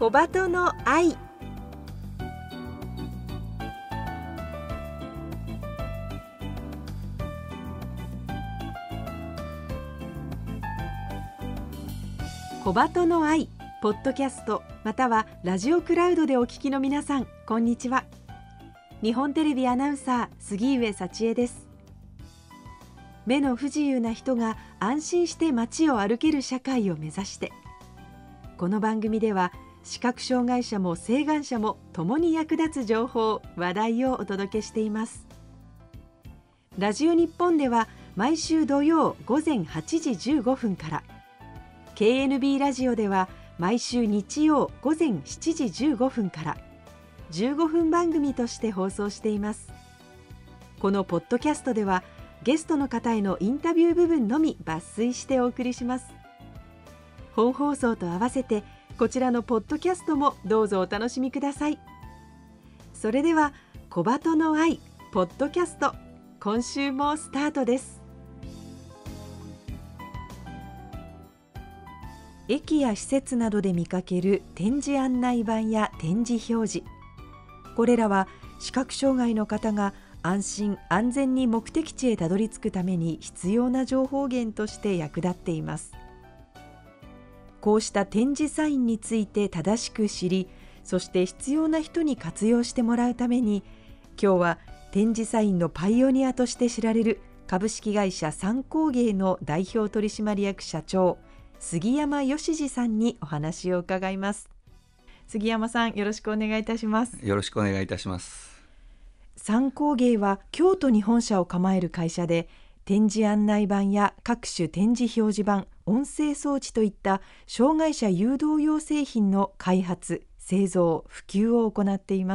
小鳩の愛。小鳩の愛ポッドキャストまたはラジオクラウドでお聞きの皆さん、こんにちは。日本テレビアナウンサー杉上幸恵です。目の不自由な人が安心して街を歩ける社会を目指して、この番組では視覚障害者も晴眼者も共に役立つ情報・話題をお届けしています。ラジオ日本では毎週土曜午前8時15分から、KNB ラジオでは毎週日曜午前7時15分から15分番組として放送しています。このポッドキャストではゲストの方へのインタビュー部分のみ抜粋してお送りします。本放送と合わせてこちらのポッドキャストもどうぞお楽しみください。それでは小鳩の愛ポッドキャスト、今週もスタートです。駅や施設などで見かける展示案内板や展示表示、これらは視覚障害の方が安心安全に目的地へたどり着くために必要な情報源として役立っています。こうした展示サインについて正しく知り、そして必要な人に活用してもらうために、今日は展示サインのパイオニアとして知られる株式会社三工芸の代表取締役社長杉山義二さんにお話を伺います。杉山さん、よろしくお願いいたします。 よろしくお願いいたします。 三工芸は京都に本社を構える会社で、展示案内板や各種展示表示板、音声装置といった障害者誘導用製品の開発、製造、普及を行っています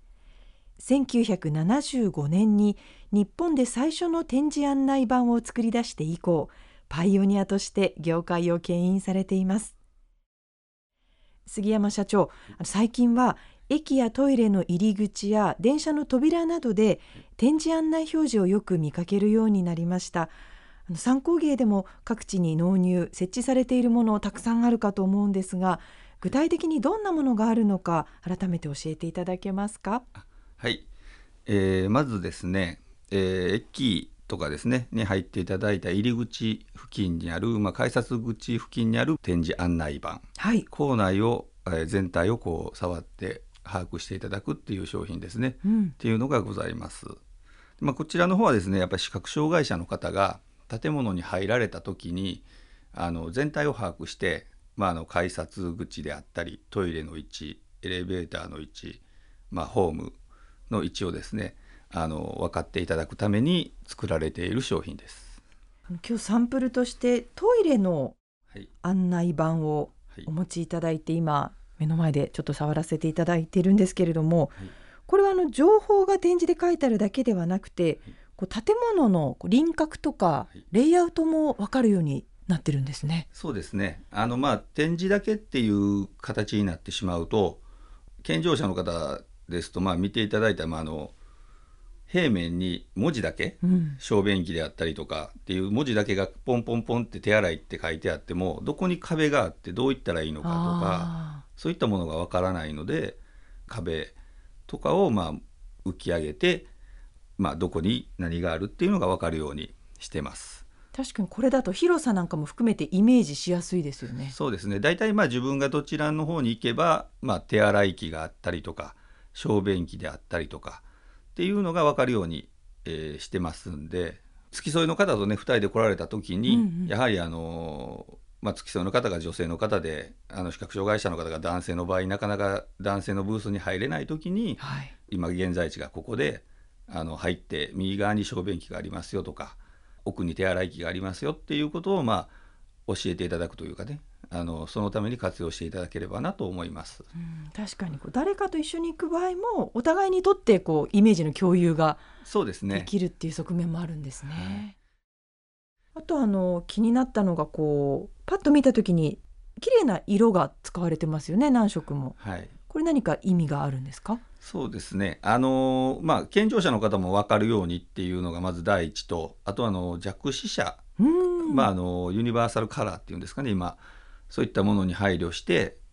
。1975年に日本で最初の展示案内板を作り出して以降、パイオニアとして業界を牽引されています。杉山社長、最近は駅やトイレの入り口や電車の扉などで展示案内表示をよく見かけるようになりました。三工芸でも各地に納入設置されているものたくさんあるかと思うんですが、具体的にどんなものがあるのか改めて教えていただけますか？ はい、まずですね、駅とかですねに入っていただいた入り口付近にある、改札口付近にある展示案内板、 はい、 構内を、全体をこう触って把握していただくっていう商品ですね、っていうのがございます。こちらの方はですね、やっぱり視覚障害者の方が建物に入られた時に全体を把握して、改札口であったりトイレの位置、エレベーターの位置、ホームの位置をですね分かっていただくために作られている商品です。 今日サンプルとしてトイレの案内板をお持ちいただいて、今目の前でちょっと触らせていただいているんですけれども、これは情報が展示で書いてあるだけではなくて、こう建物の輪郭とかレイアウトも分かるようになってるんですね。 そうですね。展示だけっていう形になってしまうと、健常者の方ですと見ていただいた平面に文字だけ、小便器であったりとかっていう文字だけがポンポンポンって手洗いって書いてあっても、どこに壁があってどういったらいいのかとか、そういったものがわからないので、壁とかを浮き上げて、どこに何があるっていうのがわかるようにしてます。 確かにこれだと広さなんかも含めてイメージしやすいですよね。 そうですね。だいたい自分がどちらの方に行けば、手洗い機があったりとか小便器であったりとかっていうのが分かるように、してますんで、付き添いの方とね2人で来られた時に、やはり付き添いの方が女性の方で、視覚障害者の方が男性の場合、なかなか男性のブースに入れない時に、今現在地がここで入って右側に小便器がありますよとか、奥に手洗い機がありますよっていうことを教えていただくというかね、そのために活用していただければなと思います。 確かに誰かと一緒に行く場合もお互いにとってイメージの共有ができるっていう側面もあるんですね。あと気になったのがパッと見た時に綺麗な色が使われてますよね、何色も。これ何か意味があるんですか？ そうですね。健常者の方も分かるようにっていうのがまず第一と、あと弱視者、ユニバーサルカラーっていうんですかね、今そういったものに配慮して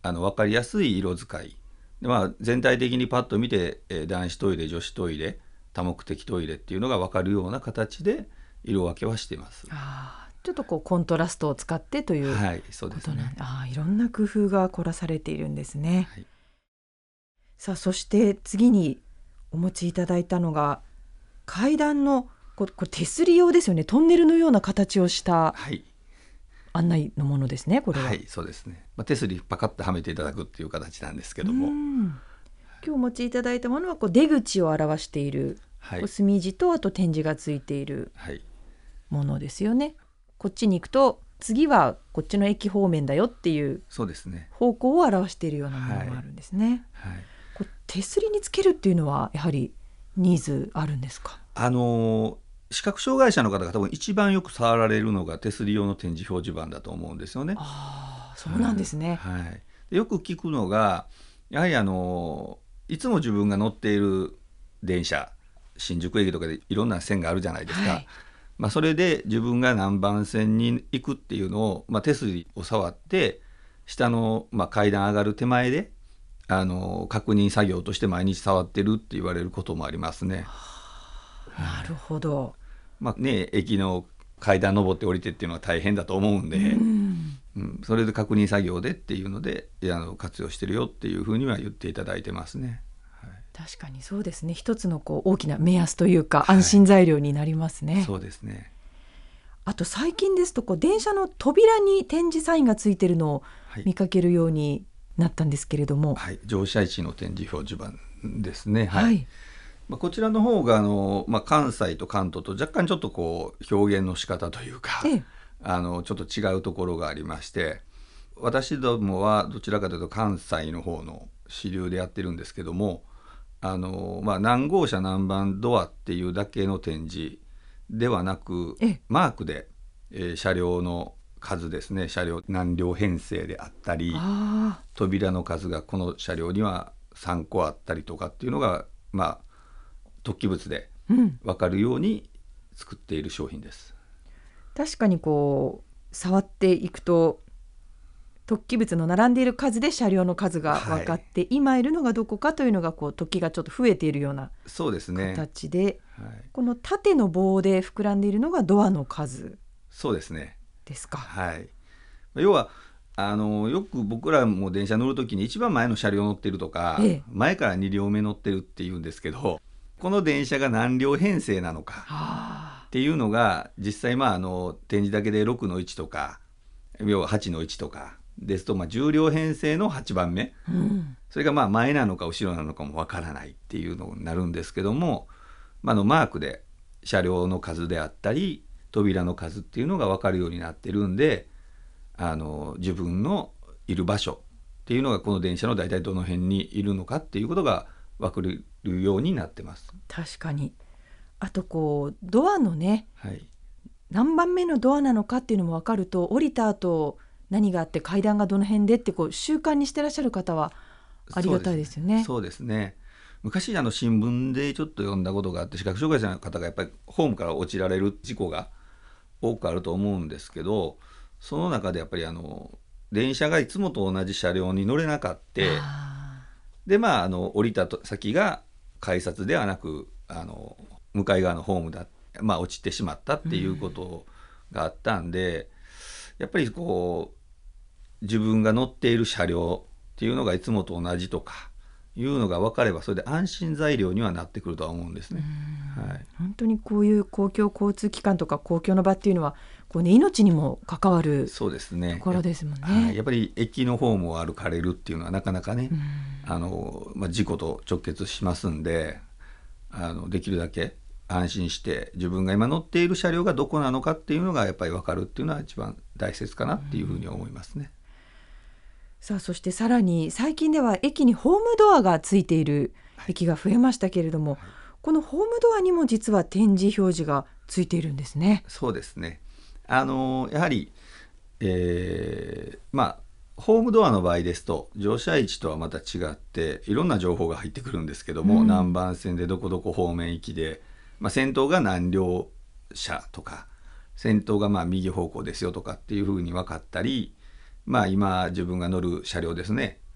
分かりやすい色使いで、全体的にパッと見て、男子トイレ女子トイレ多目的トイレっていうのが分かるような形で色分けはしています。 ちょっとコントラストを使ってということなん、 はい、そうですね。 いろんな工夫が凝らされているんですね。 はい、 さあ、そして次にお持ちいただいたのが階段のこれ手すり用ですよね。トンネルのような形をした案内のものですね。これは、 はい、そうですね。手すりパカッとはめていただくっていう形なんですけども、 今日お持ちいただいたものは出口を表している、墨字とあと点字がついているものですよね。こっちに行くと次はこっちの駅方面だよっていう方向を表しているようなものがあるんですね。これ手すりにつけるっていうのはやはりニーズあるんですか？ 視覚障害者の方が多分一番よく触られるのが手すり用の点字表示板だと思うんですよね。 そうなんですね。 よく聞くのがやはりいつも自分が乗っている電車、新宿駅とかでいろんな線があるじゃないですか。それで自分が何番線に行くっていうのを、手すりを触って下の、階段上がる手前で確認作業として毎日触ってるって言われることもありますね。 なるほど。 駅の階段登って降りてっていうのは大変だと思うんで、それで確認作業でっていうので活用してるよっていうふうには言っていただいてますね。 確かにそうですね。一つの大きな目安というか安心材料になりますね。 そうですね。 あと最近ですと電車の扉に点字サインがついてるのを見かけるようになったんですけれども、 乗車位置の点字表示板ですね。こちらの方が関西と関東と若干ちょっと表現の仕方というか、ちょっと違うところがありまして、私どもはどちらかというと関西の方の主流でやってるんですけども、何号車何番ドアっていうだけの点字ではなく、マークで、車両の数ですね、車両何両編成であったり、扉の数がこの車両には3個あったりとかっていうのが突起物で分かるように作っている商品です。 確かに触っていくと突起物の並んでいる数で車両の数が分かって、今いるのがどこかというのが突起がちょっと増えているような形で、この縦の棒で膨らんでいるのがドアの数ですか？ 要はよく僕らも電車乗るときに一番前の車両乗ってるとか、前から2両目乗ってるっていうんですけど、この電車が何両編成なのかっていうのが実際点字だけで6の1とか要は8の1とかですと、10両編成の8番目、それが前なのか後ろなのかもわからないっていうのになるんですけども、マークで車両の数であったり扉の数っていうのが分かるようになってるんで、自分のいる場所っていうのがこの電車の大体どの辺にいるのかっていうことが分かるようになってます。 確かに。あとドアのね、何番目のドアなのかっていうのも分かると、降りた後何があって階段がどの辺でって習慣にしてらっしゃる方はありがたいですよね。 そうですね。昔新聞でちょっと読んだことがあって、視覚障害者の方がやっぱりホームから落ちられる事故が多くあると思うんですけど、その中でやっぱり電車がいつもと同じ車両に乗れなかった、で降りた先が改札ではなく向かい側のホームだ、落ちてしまったっていうことがあったんで、やっぱり自分が乗っている車両っていうのがいつもと同じとかいうのが分かれば、それで安心材料にはなってくるとは思うんですね。 本当にこういう公共交通機関とか公共の場っていうのは命にも関わるところですもんね。 やっぱり駅のホームを歩かれるっていうのはなかなかね、事故と直結しますんで、できるだけ安心して自分が今乗っている車両がどこなのかっていうのがやっぱり分かるっていうのは一番大切かなっていうふうに思いますね。 さあ、そしてさらに最近では駅にホームドアがついている駅が増えましたけれども、このホームドアにも実は点字表示がついているんですね。 そうですね。やはり、ホームドアの場合ですと乗車位置とはまた違っていろんな情報が入ってくるんですけども、何番線でどこどこ方面行きで、先頭が何両車とか先頭が右方向ですよとかっていうふうに分かったり、今自分が乗る車両ですね、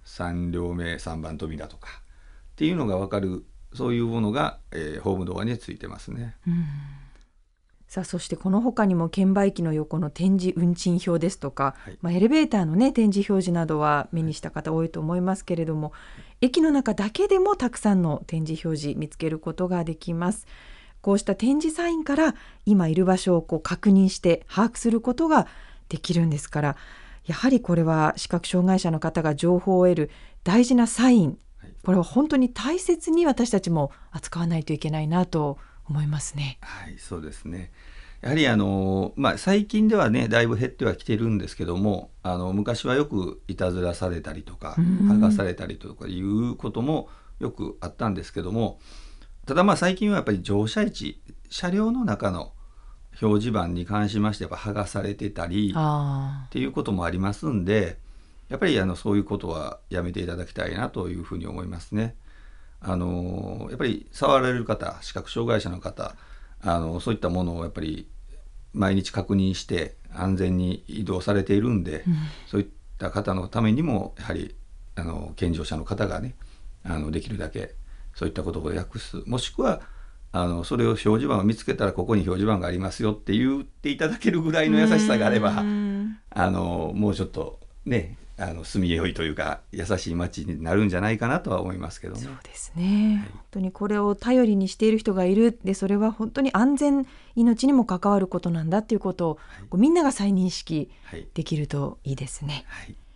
3両目3番扉とかっていうのが分かる、そういうものが、ホームドアについてますね。 さあ、そしてこの他にも券売機の横の展示運賃表ですとか、 はい、 エレベーターの、展示表示などは目にした方多いと思いますけれども、駅の中だけでもたくさんの展示表示見つけることができます。こうした展示サインから今いる場所を確認して把握することができるんですから、やはりこれは視覚障害者の方が情報を得る大事なサイン、これは本当に大切に私たちも扱わないといけないなと思いますね。 はい、そうですね。やはり最近ではねだいぶ減ってはきてるんですけども、昔はよくいたずらされたりとか剥がされたりとかいうこともよくあったんですけども、ただ最近はやっぱり乗車位置、車両の中の表示板に関しましてやっぱ剥がされてたりっていうこともありますんで、やっぱりそういうことはやめていただきたいなというふうに思いますね。やっぱり触られる方、視覚障害者の方、そういったものをやっぱり毎日確認して安全に移動されているんで、そういった方のためにもやはり健常者の方がねできるだけそういったことを訳す、もしくはそれを表示板を見つけたらここに表示板がありますよって言っていただけるぐらいの優しさがあれば、もうちょっとね住みよいというか優しい街になるんじゃないかなとは思いますけどね。 そうですね、本当にこれを頼りにしている人がいる。でそれは本当に安全、命にも関わることなんだということを、みんなが再認識できるといいですね。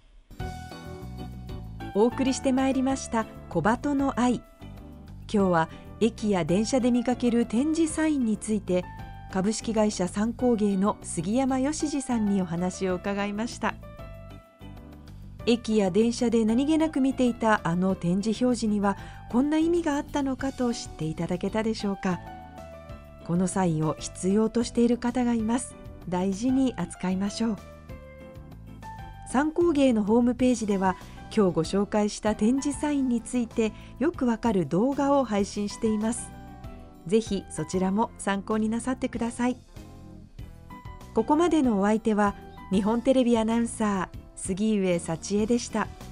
お送りしてまいりました小鳩の愛。今日は駅や電車で見かける展示サインについて、株式会社三工芸の杉山義二さんにお話を伺いました。駅や電車で何気なく見ていたあの展示表示にはこんな意味があったのかと知っていただけたでしょうか。このサインを必要としている方がいます。大事に扱いましょう。三工芸のホームページでは今日ご紹介した展示サインについてよくわかる動画を配信しています。ぜひそちらも参考になさってください。ここまでのお相手は日本テレビアナウンサー杉上幸恵でした。